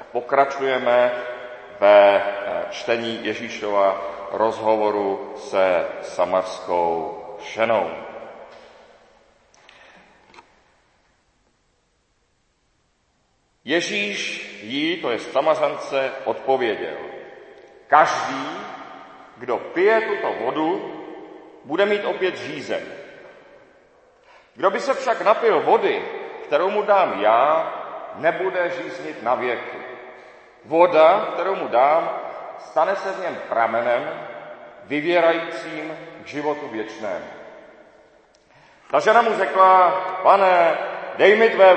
pokračujeme ve čtení Ježíšova rozhovoru se samarskou ženou. Ježíš jí, to je Samařance, odpověděl: každý, kdo pije tuto vodu, bude mít opět žízeň. Kdo by se však napil vody, kterou mu dám já, nebude žíznit na věky. Voda, kterou mu dám, stane se v něm pramenem, vyvěrajícím k životu věčnému. Ta žena mu řekla: Pane, dej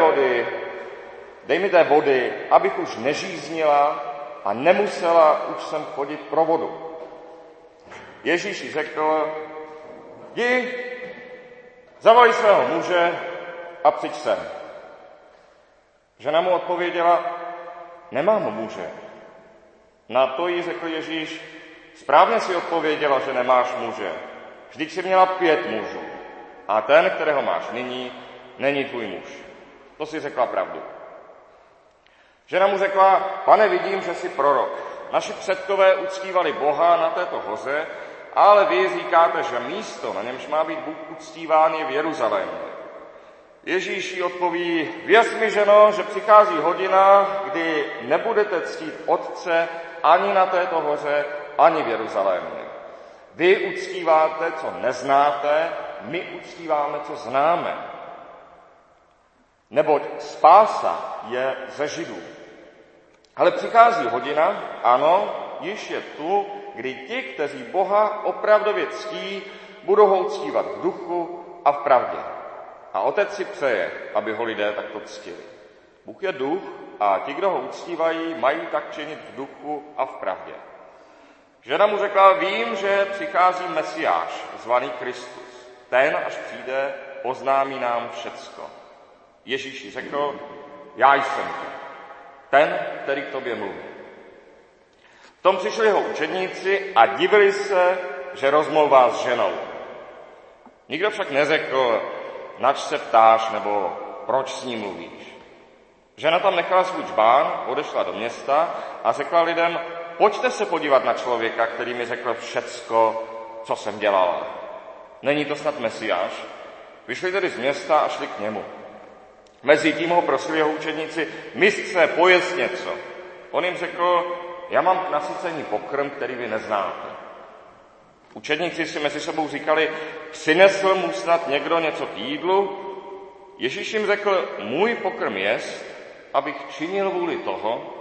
mi té vody, abych už nežíznila a nemusela už sem chodit pro vodu. Ježíš jí řekl: jdi, zavolej svého muže a přijď sem. Žena mu odpověděla: nemám muže. Na to jí řekl Ježíš: správně si odpověděla, že nemáš muže. Vždyť jsi měla 5 mužů a ten, kterého máš nyní, není tvůj muž. To si řekla pravdu. Žena mu řekla: Pane, vidím, že jsi prorok. Naši předkové uctívali Boha na této hoře, ale vy říkáte, že místo, na němž má být Bůh uctíván, je v Jeruzalémě. Ježíš jí odpoví: věř mi, ženo, že přichází hodina, kdy nebudete ctít Otce ani na této hoře, ani v Jeruzalémě. Vy uctíváte, co neznáte, my uctíváme, co známe. Neboť spása je ze Židů. Ale přichází hodina, ano, již je tu, kdy ti, kteří Boha opravdově ctí, budou ho uctívat v duchu a v pravdě. A Otec si přeje, aby ho lidé takto ctili. Bůh je duch a ti, kdo ho uctívají, mají tak činit v duchu a v pravdě. Žena mu řekla: vím, že přichází Mesiáš, zvaný Kristus. Ten, až přijde, oznámí nám všecko. Ježíš jí řekl: já jsem to, ten, který k tobě mluví. V tom přišli jeho učedníci a divili se, že rozmlouvá s ženou. Nikdo však neřekl: nač se ptáš, nebo proč s ní mluvíš. Žena tam nechala svůj džbán, odešla do města a řekla lidem: pojďte se podívat na člověka, který mi řekl všecko, co jsem dělala. Není to snad Mesiáš? Vyšli tedy z města a šli k němu. Mezitím ho prosili jeho učedníci: mistře, pojedz něco. On jim řekl: já mám k nasycení pokrm, který vy neznáte. Učedníci si mezi sebou říkali: přinesl mu snad někdo něco k jídlu? Ježíš jim řekl: můj pokrm jest, abych činil vůli toho,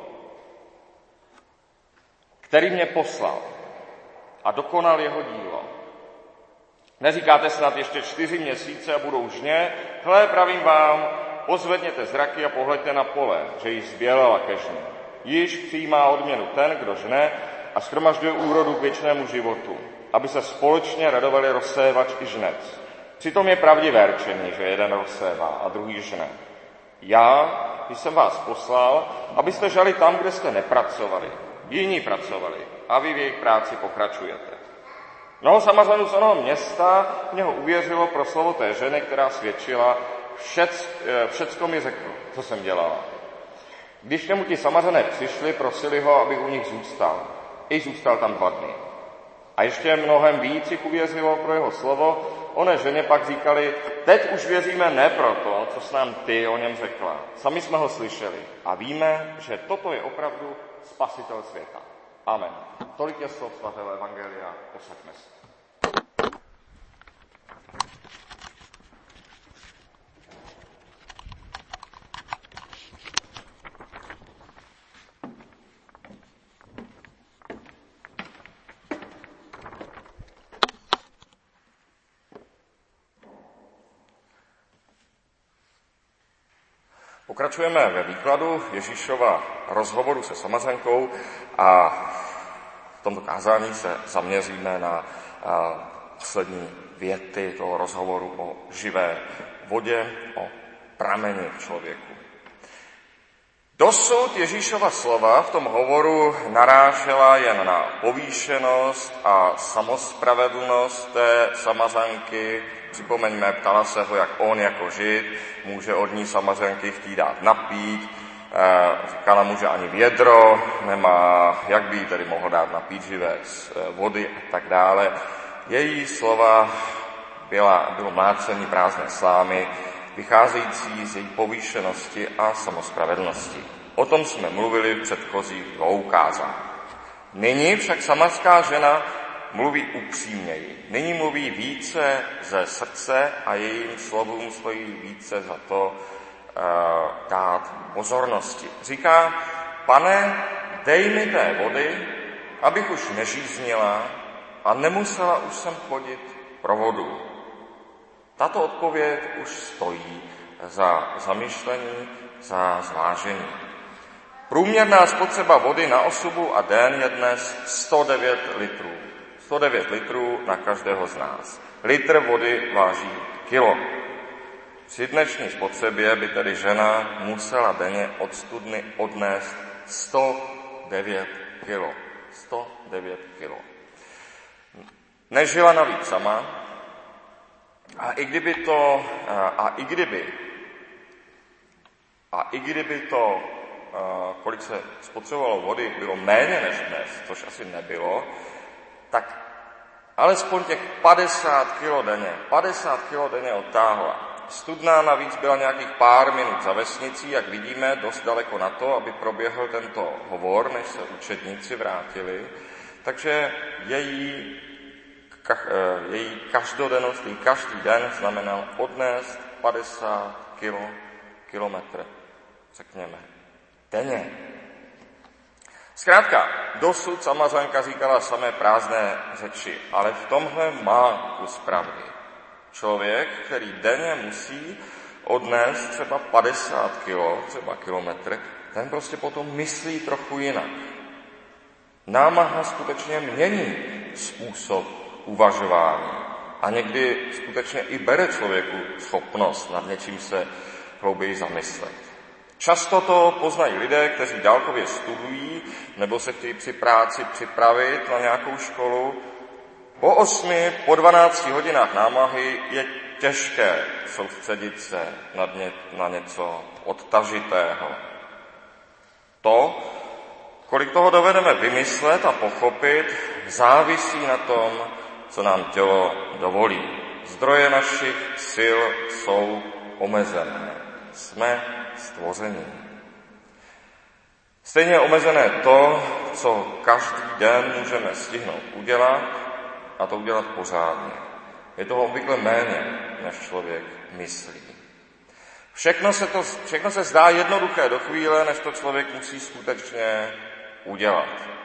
který mě poslal a dokonal jeho dílo. Neříkáte snad ještě 4 měsíce a budou žně? Hle, pravím vám, pozvedněte zraky a pohleďte na pole, že již zbělela ke žni. Již přijímá odměnu ten, kdo žne a shromažďuje úrodu k věčnému životu, aby se společně radovali rozsévač i žnec. Přitom je pravdivé rčení, že jeden rozsévá a druhý žne. Já jsem vás poslal, abyste žali tam, kde jste nepracovali. Jiní pracovali a vy v jejich práci pokračujete. Mnoho Samařanů z onoho města v něho uvěřilo pro slovo té ženy, která svědčila: všecko mi řekl, co jsem dělala. Když němu ti Samařané přišli, prosili ho, aby u nich zůstal. I zůstal tam 2 dny. A ještě mnohem víc jich uvěřilo pro jeho slovo. Oné ženě pak říkali: teď už věříme ne proto, co jsi nám ty o něm řekla. Sami jsme ho slyšeli a víme, že toto je opravdu Spasitel světa. Amen. Tolik je slov svatého evangelia, posaďme se. Pokračujeme ve výkladu Ježíšova rozhovoru se Samařankou a v tomto kázání se zaměříme na poslední věty toho rozhovoru o živé vodě, o prameni v člověku. Dosud Ježíšova slova v tom hovoru narážela jen na povýšenost a samospravedlnost té Samařanky. Připomeňme, ptala se ho, jak on jako Žid může od ní Samařanky chtít dát napít. Říkala mu, že ani vědro nemá, jak by jí tedy mohl dát napít živé vody a tak dále. Její slova bylo mlácení prázdné slámy, vycházející z její povýšenosti a samospravedlnosti. O tom jsme mluvili v předchozích 2 kázách. Nyní však samarská žena mluví upřímněji. Nyní mluví více ze srdce a jejím slovům stojí více za to dát pozornosti. Říká, Pane, dej mi té vody, abych už nežíznila a nemusela už sem chodit pro vodu. Tato odpověď už stojí za zamyšlení, za zvážení. Průměrná spotřeba vody na osobu a den je dnes 109 litrů. 109 litrů na každého z nás. Litr vody váží kilo. Při dnešní spotřebě by tedy žena musela denně od studny odnést 109 kilo. 109 kilo. Nežila navíc sama a i kdyby to, kolik se spotřebovalo vody, bylo méně než dnes, což asi nebylo, tak alespoň těch 50 kilo denně odtáhla. Studna navíc byla nějakých pár minut za vesnicí, jak vidíme, dost daleko na to, aby proběhl tento hovor, než se učedníci vrátili. Takže její každodennost, její každý den znamenal odnést 50 kilometr, řekněme, denně. Zkrátka, dosud Samařanka říkala samé prázdné řeči, ale v tomhle má kus pravdy. Člověk, který denně musí odnést třeba 50 třeba kilometr, ten prostě potom myslí trochu jinak. Námaha skutečně mění způsob uvažování a někdy skutečně i bere člověku schopnost nad něčím se hlouběji zamyslet. Často to poznají lidé, kteří dálkově studují nebo se chtějí při práci připravit na nějakou školu. Po 8, po 12 hodinách námahy je těžké soustředit se na něco odtažitého. To, kolik toho dovedeme vymyslet a pochopit, závisí na tom, co nám tělo dovolí. Zdroje našich sil jsou omezené. Jsme stvoření. Stejně je omezené to, co každý den můžeme stihnout udělat, a to udělat pořádně. Je toho obvykle méně, než člověk myslí. Všechno se zdá jednoduché do chvíle, než to člověk musí skutečně udělat.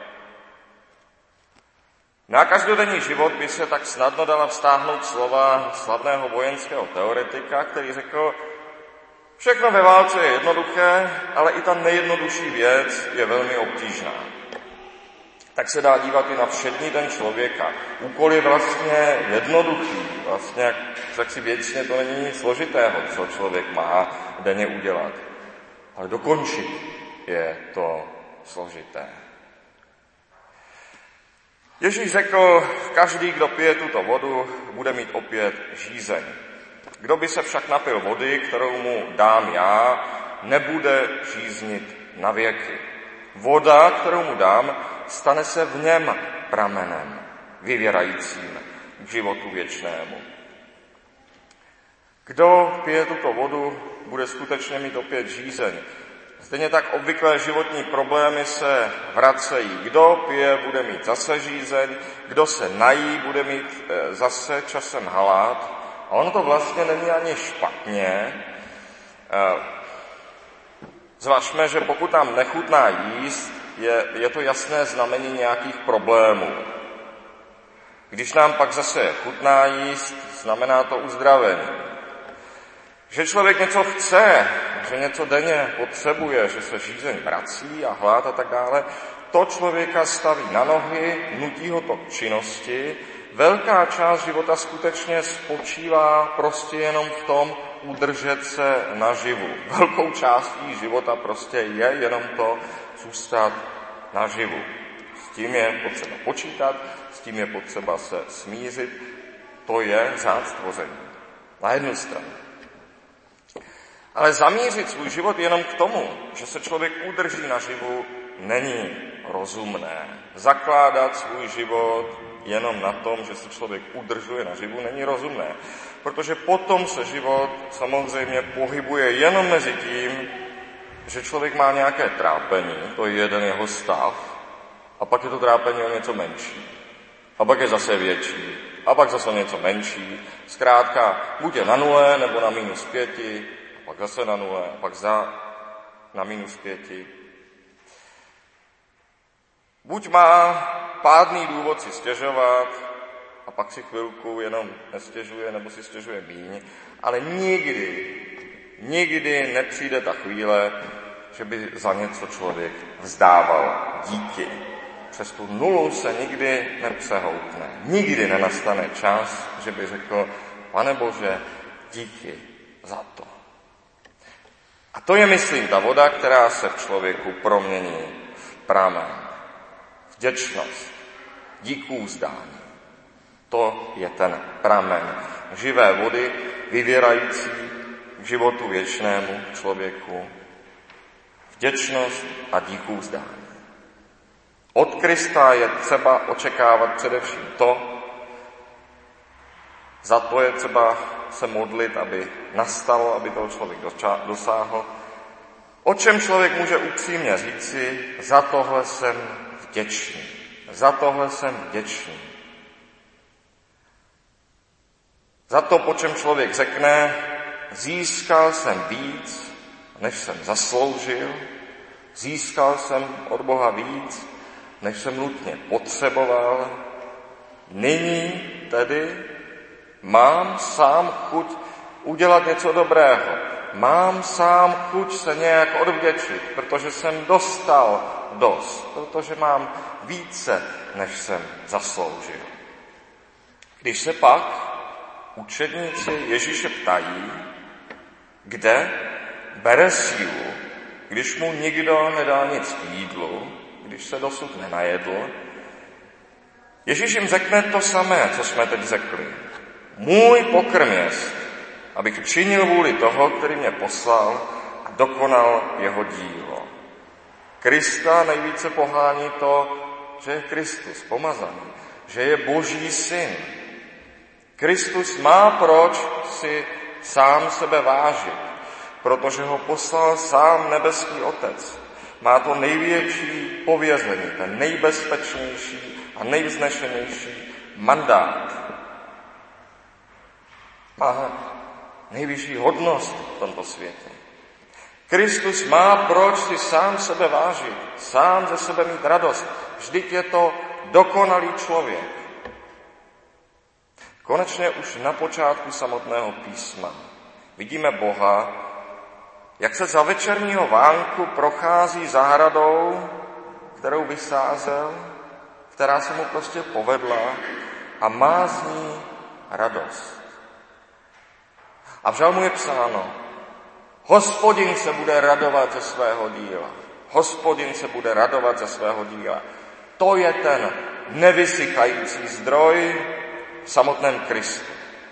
Na každodenní život by se tak snadno dala vztáhnout slova slavného vojenského teoretika, který řekl, všechno ve válce je jednoduché, ale i ta nejjednodušší věc je velmi obtížná. Tak se dá dívat i na všední den člověka. Úkol je vlastně jednoduchý, vlastně jak si věcně to není nic složitého, co člověk má denně udělat. Ale dokončit je to složité. Ježíš řekl, každý, kdo pije tuto vodu, bude mít opět žízeň. Kdo by se však napil vody, kterou mu dám já, nebude žíznit na věky. Voda, kterou mu dám, stane se v něm pramenem, vyvěrajícím k životu věčnému. Kdo pije tuto vodu, bude skutečně mít opět žízeň. Stejně tak obvyklé životní problémy se vracejí. Kdo pije, bude mít zase žízeň, kdo se nají, bude mít zase časem hlad. A ono to vlastně není ani špatně. Zvažme, že pokud nám nechutná jíst, je to jasné znamení nějakých problémů. Když nám pak zase chutná jíst, znamená to uzdravení. Že člověk něco chce, že něco denně potřebuje, že se žízeň vrací a hlad a tak dále, to člověka staví na nohy, nutí ho to k činnosti. Velká část života skutečně spočívá prostě jenom v tom udržet se naživu. Velkou částí života prostě je jenom to zůstat naživu. S tím je potřeba počítat, s tím je potřeba se smířit. To je řád stvoření. Na jednu stranu. Ale zamířit svůj život jenom k tomu, že se člověk udrží naživu, není rozumné. Zakládat svůj život jenom na tom, že se člověk udržuje naživu, není rozumné. Protože potom se život samozřejmě pohybuje jenom mezi tím, že člověk má nějaké trápení, to je jeden jeho stav, a pak je to trápení o něco menší. A pak je zase větší. A pak zase něco menší. Zkrátka, buď je na 0, nebo na -5, a pak zase na 0, a pak na -5. Buď má pádný důvod si stěžovat, a pak si chvilku jenom nestěžuje, nebo si stěžuje míň, ale nikdy nepřijde ta chvíle, že by za něco člověk vzdával díky. Přes tu 0 se nikdy nepřehoupne. Nikdy nenastane čas, že by řekl, Pane Bože, díky za to. A to je, myslím, ta voda, která se v člověku promění v pramen. Vděčnost, díkůvzdání. To je ten pramen živé vody, vyvěrající k životu věčnému člověku. Vděčnost a díkůvzdání. Od Krista je třeba očekávat především to, za to je třeba se modlit, aby nastalo, aby toho člověk dosáhl. O čem člověk může upřímně říci, za tohle jsem vděčný. Za tohle jsem vděčný. Za to, po čem člověk řekne, získal jsem víc, než jsem zasloužil, získal jsem od Boha víc, než jsem nutně potřeboval. Nyní tedy mám sám chuť udělat něco dobrého. Mám sám chuť se nějak odvděčit, protože jsem dostal dost, protože mám více, než jsem zasloužil. Když se pak učedníci Ježíše ptají, kde bere sílu, když mu nikdo nedá nic k jídlu, když se dosud nenajedl, Ježíš jim řekne to samé, co jsme teď řekli. Můj pokrm jest, abych činil vůli toho, který mě poslal a dokonal jeho dílo. Krista nejvíce pohání to, že je Kristus pomazaný, že je Boží syn. Kristus má proč si sám sebe vážit, protože ho poslal sám nebeský Otec. Má to největší pověření, ten nejbezpečnější a nejvznešenější mandát. Má nejvyšší hodnost v tomto světě. Kristus má proč si sám sebe vážit, sám ze sebe mít radost. Vždyť je to dokonalý člověk. Konečně už na počátku samotného písma vidíme Boha, jak se za večerního vánku prochází zahradou, kterou vysázel, která se mu prostě povedla a má z ní radost. A v žalmu je psáno, Hospodin se bude radovat ze svého díla. Hospodin se bude radovat ze svého díla. To je ten nevysychající zdroj v samotném Kristu.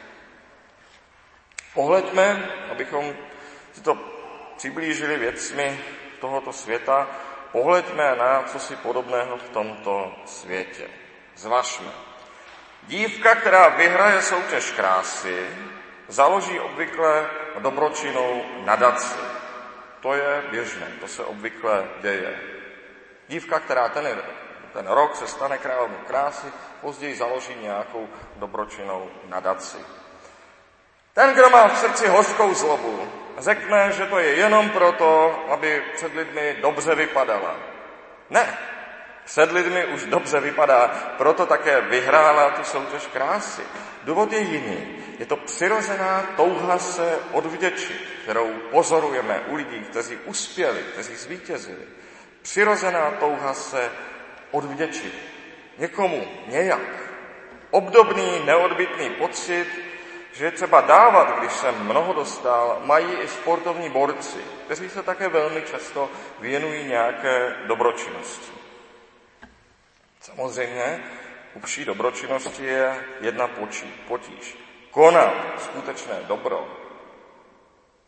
Pohleďme, abychom si to přiblížili věcmi tohoto světa, pohleďme na cosi podobného v tomto světě. Zvažme. Dívka, která vyhraje soutěž krásy, založí obvykle dobročinnou nadaci. To je běžné, to se obvykle děje. Dívka, která ten rok se stane královnou krásy, později založí nějakou dobročinnou nadaci. Ten, kdo má v srdci hořkou zlobu, řekne, že to je jenom proto, aby před lidmi dobře vypadala. Ne, před lidmi už dobře vypadá, proto také vyhrála tu soutěž krásy. Důvod je jiný. Je to přirozená touha se odvděčit, kterou pozorujeme u lidí, kteří uspěli, kteří zvítězili. Přirozená touha se odvděčit. Někomu nějak. Obdobný neodbytný pocit, že je třeba dávat, když jsem mnoho dostal, mají i sportovní borci, kteří se také velmi často věnují nějaké dobročinnosti. Samozřejmě u vší dobročinnosti je jedna potíž. Konat skutečné dobro.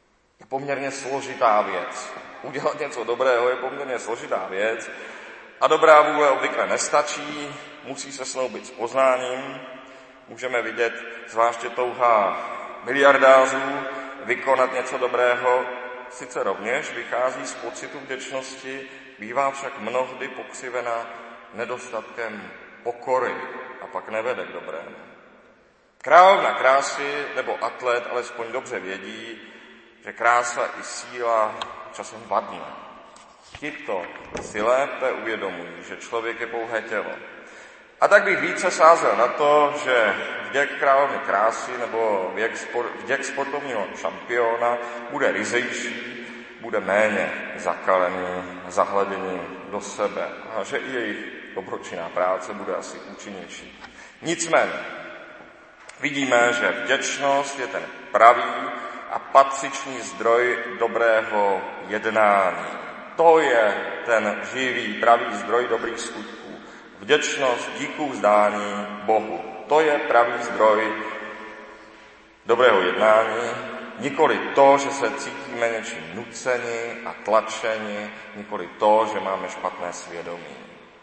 je poměrně složitá věc. Udělat něco dobrého je poměrně složitá věc a dobrá vůle obvykle nestačí, musí se snoubit s poznáním. Můžeme vidět zvláště touha miliardářů vykonat něco dobrého, sice rovněž vychází z pocitu vděčnosti, bývá však mnohdy pokřivena nedostatkem pokory a pak nevede k dobrému. Královna krásy nebo atlet alespoň dobře vědí, že krása i síla časem vadne. Tito si lépe uvědomují, že člověk je pouhé tělo. A tak bych více sázel na to, že vděk královny krásy nebo vděk sportovního šampiona bude ryzejší, bude méně zakalený, zahleděný do sebe a že i jejich dobročinná práce bude asi účinnější. Nicméně vidíme, že vděčnost je ten pravý a patřičný zdroj dobrého jednání. To je ten živý, pravý zdroj dobrých skutků. Vděčnost, díku vzdání Bohu. To je pravý zdroj dobrého jednání, nikoli to, že se cítíme něčím nuceni a tlačeni, nikoli to, že máme špatné svědomí.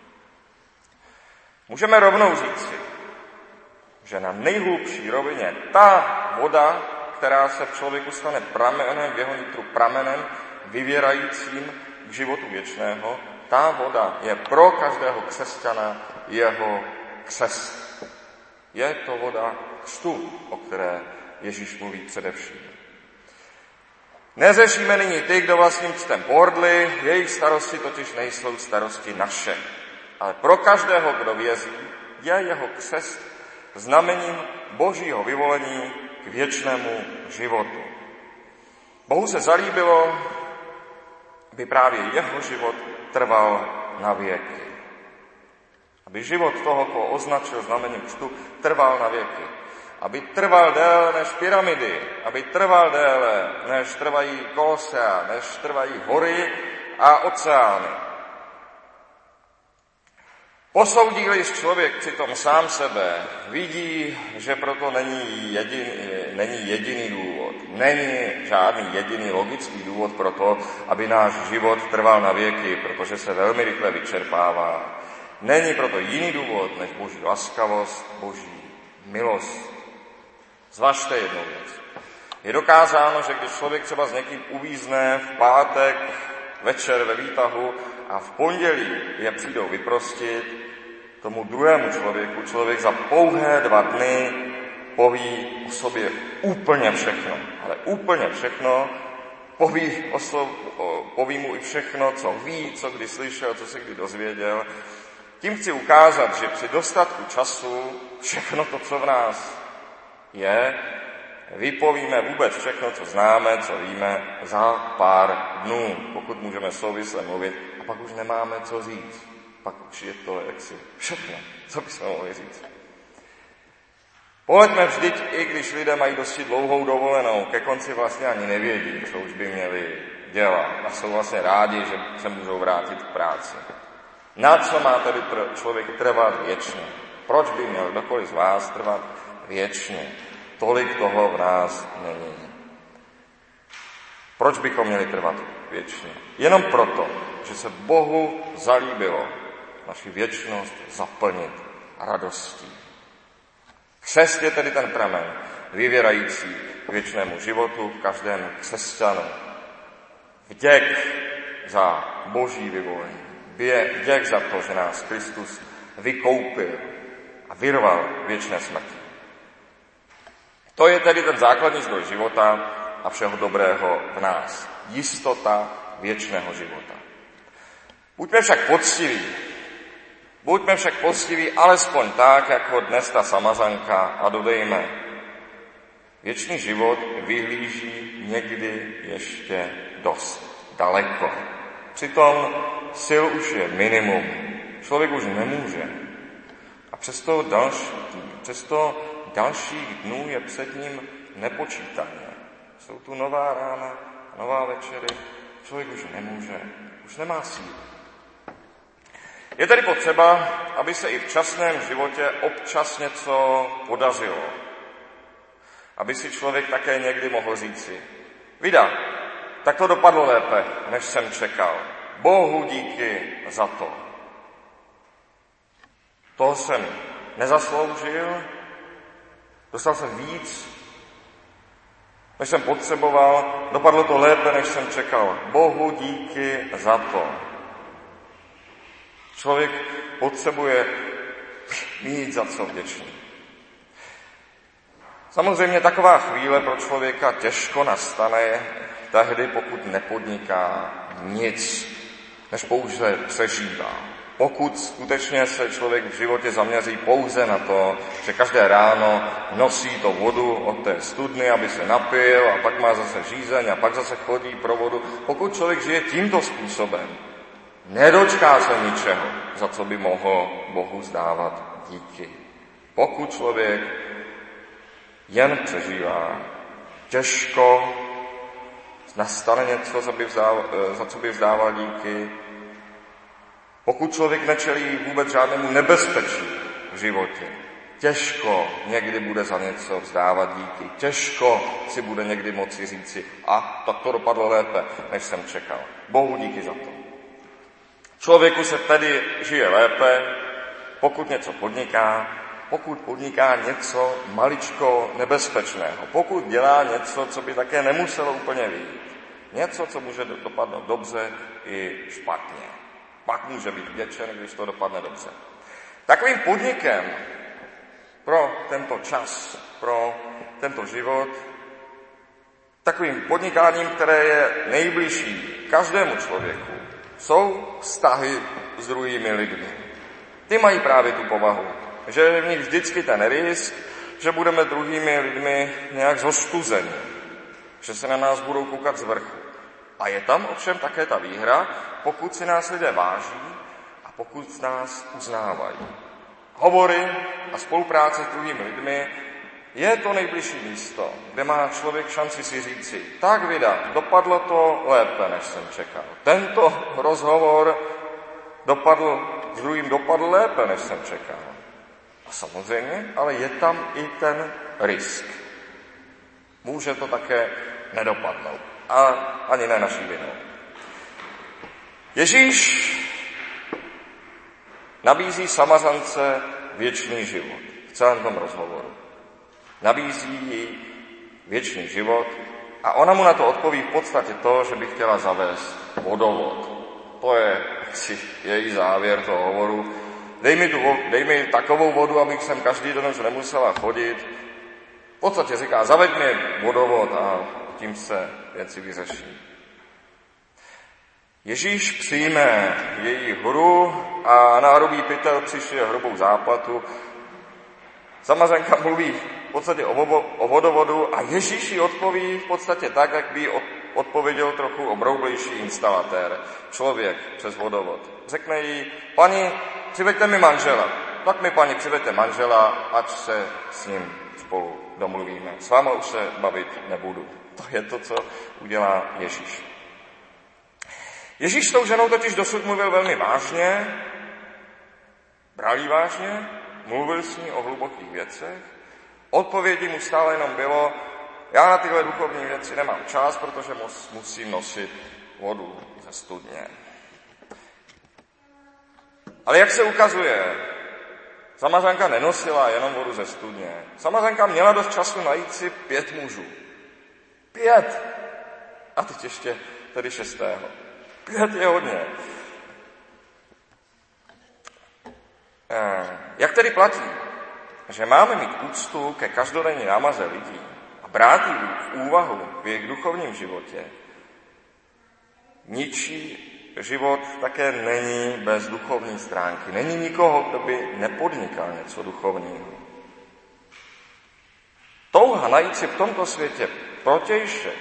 Můžeme rovnou říci, že na nejhlubší rovině ta voda, která se v člověku stane pramenem, v jeho nitru pramenem, vyvěrajícím k životu věčného, ta voda je pro každého křesťana jeho křest. Je to voda křtu, o které Ježíš mluví především. Neřešíme nyní ty, kdo vlastním křtem pohrdli, jejich starosti totiž nejsou starosti naše. Ale pro každého, kdo věří, je jeho křest znamením Božího vyvolení k věčnému životu. Bohu se zalíbilo, aby právě jeho život trval na věky. Aby život toho, koho označil znamením křtu, trval na věky. Aby trval déle než pyramidy, aby trval déle než trvají kolosea, než trvají hory a oceány. Posoudí-li člověk přitom sám sebe, vidí, že proto není jediný důvod. Není žádný jediný logický důvod pro to, aby náš život trval na věky, protože se velmi rychle vyčerpává. Není proto jiný důvod než Boží laskavost, Boží milost. Zvažte jednu věc. Je dokázáno, že když člověk třeba s někým uvízne v pátek večer ve výtahu a v pondělí je přijdou vyprostit, tomu druhému člověk za pouhé 2 dny poví o sobě úplně všechno. Ale úplně všechno, poví mu i všechno, co ví, co kdy slyšel, co se kdy dozvěděl. Tím chci ukázat, že při dostatku času všechno to, co v nás je, vypovíme vůbec všechno, co známe, co víme, za pár dnů, pokud můžeme souvisle mluvit, a pak už nemáme co říct. Pak už je to jaksi všechno, co bychom mohli říct. Pohleďme vždyť, i když lidé mají dosti dlouhou dovolenou, ke konci vlastně ani nevědí, co už by měli dělat a jsou vlastně rádi, že se můžou vrátit k práci. Na co má tedy člověk trvat věčně? Proč by měl kdokoliv z vás trvat věčně? Tolik toho v nás není. Proč bychom měli trvat věčně? Jenom proto, že se Bohu zalíbilo naši věčnost zaplnit radostí. Křest je tedy ten pramen, vyvěrající k věčnému životu v každém křesťanu. Vděk za Boží vyvolení. Vděk za to, že nás Kristus vykoupil a vyrval věčné smrti. To je tedy ten základní zdroj života a všeho dobrého v nás. Jistota věčného života. Buďme však poctiví alespoň tak, jako dnes ta Samazanka, a dodejme. Věčný život vyhlíží někdy ještě dost daleko. Přitom sil už je minimum. Člověk už nemůže. A přesto dalších dnů je před ním nepočítané. Jsou tu nová rána, nová večery. Člověk už nemůže, už nemá sílu. Je tedy potřeba, aby se i v časném životě občas něco podařilo. Aby si člověk také někdy mohl říci: Vida, tak to dopadlo lépe, než jsem čekal. Bohu díky za to. Toho jsem nezasloužil, dostal jsem víc, než jsem potřeboval, dopadlo to lépe, než jsem čekal. Bohu díky za to. Člověk potřebuje mít za co vděčný. Samozřejmě taková chvíle pro člověka těžko nastane tehdy, pokud nepodniká nic, než pouze přežívá. Pokud skutečně se člověk v životě zaměří pouze na to, že každé ráno nosí to vodu od té studny, aby se napil a pak má zase žízeň a pak zase chodí pro vodu. Pokud člověk žije tímto způsobem, nedočká se ničeho, za co by mohl Bohu vzdávat díky. Pokud člověk jen přežívá, těžko nastane něco, za co by vzdával díky. Pokud člověk nečelí vůbec žádnému nebezpečí v životě, těžko někdy bude za něco vzdávat díky. Těžko si bude někdy moci říci, a tak to dopadlo lépe, než jsem čekal. Bohu díky za to. Člověku se tedy žije lépe, pokud něco podniká, pokud podniká něco maličko nebezpečného, pokud dělá něco, co by také nemuselo úplně vyjít. Něco, co může dopadnout dobře i špatně. Pak může být vděčen, když to dopadne dobře. Takovým podnikem pro tento čas, pro tento život, takovým podnikáním, které je nejbližší každému člověku, jsou vztahy s druhými lidmi. Ty mají právě tu povahu, že je v nich vždycky ten risk, že budeme druhými lidmi nějak zostuzeni, že se na nás budou koukat z vrchu. A je tam ovšem také ta výhra, pokud si nás lidé váží a pokud nás uznávají. Hovory a spolupráce s druhými lidmi je to nejbližší místo, kde má člověk šanci si říci, tak vida, dopadlo to lépe, než jsem čekal. Tento rozhovor s druhým dopadl lépe, než jsem čekal. A samozřejmě, ale je tam i ten risk. Může to také nedopadnout. A ani ne naší vinou. Ježíš nabízí Samařance věčný život v celém tom rozhovoru. Nabízí jí věčný život a ona mu na to odpoví v podstatě to, že by chtěla zavést vodovod. To je její závěr toho hovoru. Dej mi takovou vodu, abych sem každý den už nemusela chodit. V podstatě říká, zaveď mi vodovod a tím se věci vyřeší. Ježíš přijme její hru a nárobí pytel přišije hrubou záplatu. Samařanka mluví v podstatě o vodovodu a Ježíš jí odpoví v podstatě tak, jak by odpověděl trochu obroublejší instalatér, člověk přes vodovod. Řekne jí, paní, přiveďte mi manžela. Tak mi, paní, přiveďte manžela, ať se s ním spolu domluvíme. S váma už se bavit nebudu. To je to, co udělá Ježíš. Ježíš s tou ženou totiž dosud mluvil velmi vážně, bral jí vážně, mluvil s ní o hlubokých věcech. Odpovědí mu stále jenom bylo, já na tyhle duchovní věci nemám čas, protože musím nosit vodu ze studně. Ale jak se ukazuje, Samařanka nenosila jenom vodu ze studně. Samařanka měla dost času najít si 5 mužů. 5! A teď ještě tedy 6. 5 je hodně. Jak tedy platí, že máme mít úctu ke každodenní námaze lidí a brát ji v úvahu v jejich duchovním životě, ničí život také není bez duchovní stránky. Není nikoho, kdo by nepodnikal něco duchovního. Touha najít si v tomto světě protějšek,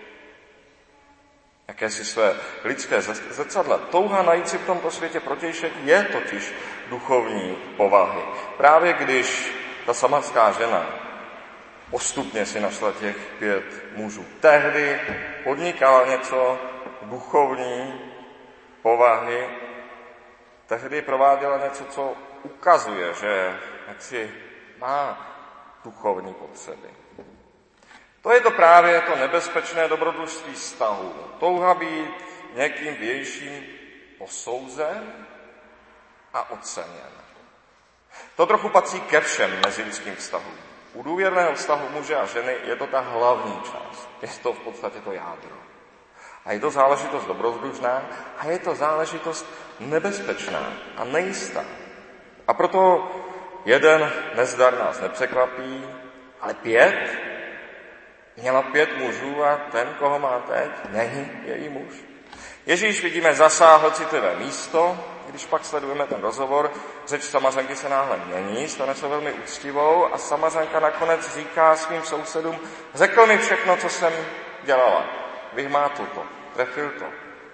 jakési své lidské zrcadla, touha najít si v tomto světě protějšek je totiž duchovní povahy. Právě když ta samarská žena postupně si našla těch 5 mužů, tehdy podnikala něco duchovní povahy, tehdy prováděla něco, co ukazuje, že jaksi má duchovní potřeby. To je to právě to nebezpečné dobrodružství vztahu. Touha být někým vějším posouzen a oceněn. To trochu patří ke všem mezilidským vztahům. U důvěrného vztahu muže a ženy je to ta hlavní část. Je to v podstatě to jádro. A je to záležitost dobrodružná a je to záležitost nebezpečná a nejistá. A proto jeden nezdar nás nepřekvapí, ale 5. Měla 5 mužů a ten, koho má teď, není její muž. Ježíš, vidíme, zasáhl citlivé místo, když pak sledujeme ten rozhovor, řeč Samařanky se náhle mění, stane se velmi úctivou a Samařanka nakonec říká svým sousedům, řekl mi všechno, co jsem dělala. Vyhmátl to, trefil to.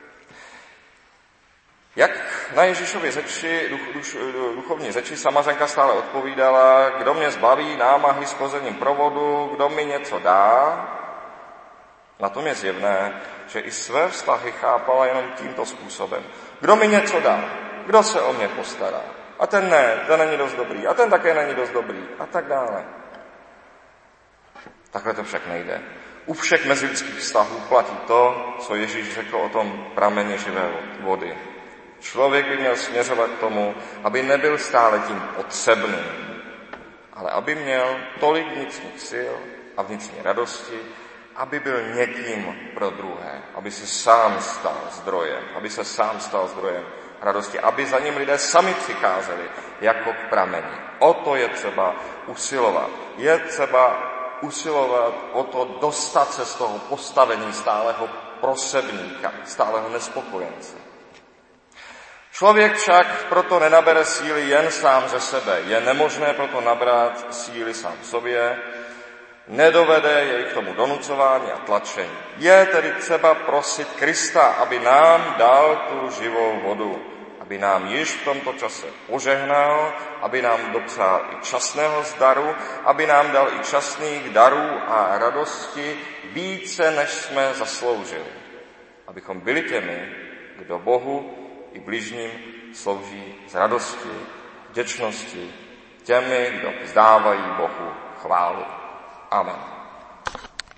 Jak na Ježíšově řeči, duchovní řeči Samařanka stále odpovídala, kdo mě zbaví námahy s chozením pro vodu, kdo mi něco dá. Na tom je zjevné, že i své vztahy chápala jenom tímto způsobem. Kdo mi něco dá, kdo se o mě postará. A ten ne, ten není dost dobrý, a ten také není dost dobrý, a tak dále. Takhle to však nejde. U všech mezilidských vztahů platí to, co Ježíš řekl o tom prameni živé vody. Člověk by měl směřovat k tomu, aby nebyl stále tím potřebným, ale aby měl tolik vnitřních sil a vnitřní radosti, aby byl někým pro druhé, aby se sám stal zdrojem radosti, aby za ním lidé sami přicházeli jako k prameni. O to je třeba usilovat. Je třeba usilovat o to dostat se z toho postavení stálého prosebníka, stálého nespokojence. Člověk však proto nenabere síly jen sám ze sebe. Je nemožné proto nabrat síly sám v sobě, nedovede jej k tomu donucování a tlačení. Je tedy třeba prosit Krista, aby nám dal tu živou vodu, aby nám již v tomto čase požehnal, aby nám dopřál i časného zdaru, aby nám dal i časných darů a radosti více, než jsme zasloužili. Abychom byli těmi, kdo Bohu i bližním slouží z radosti, vděčnosti, těmi, kdo vzdávají Bohu chválu. Amen.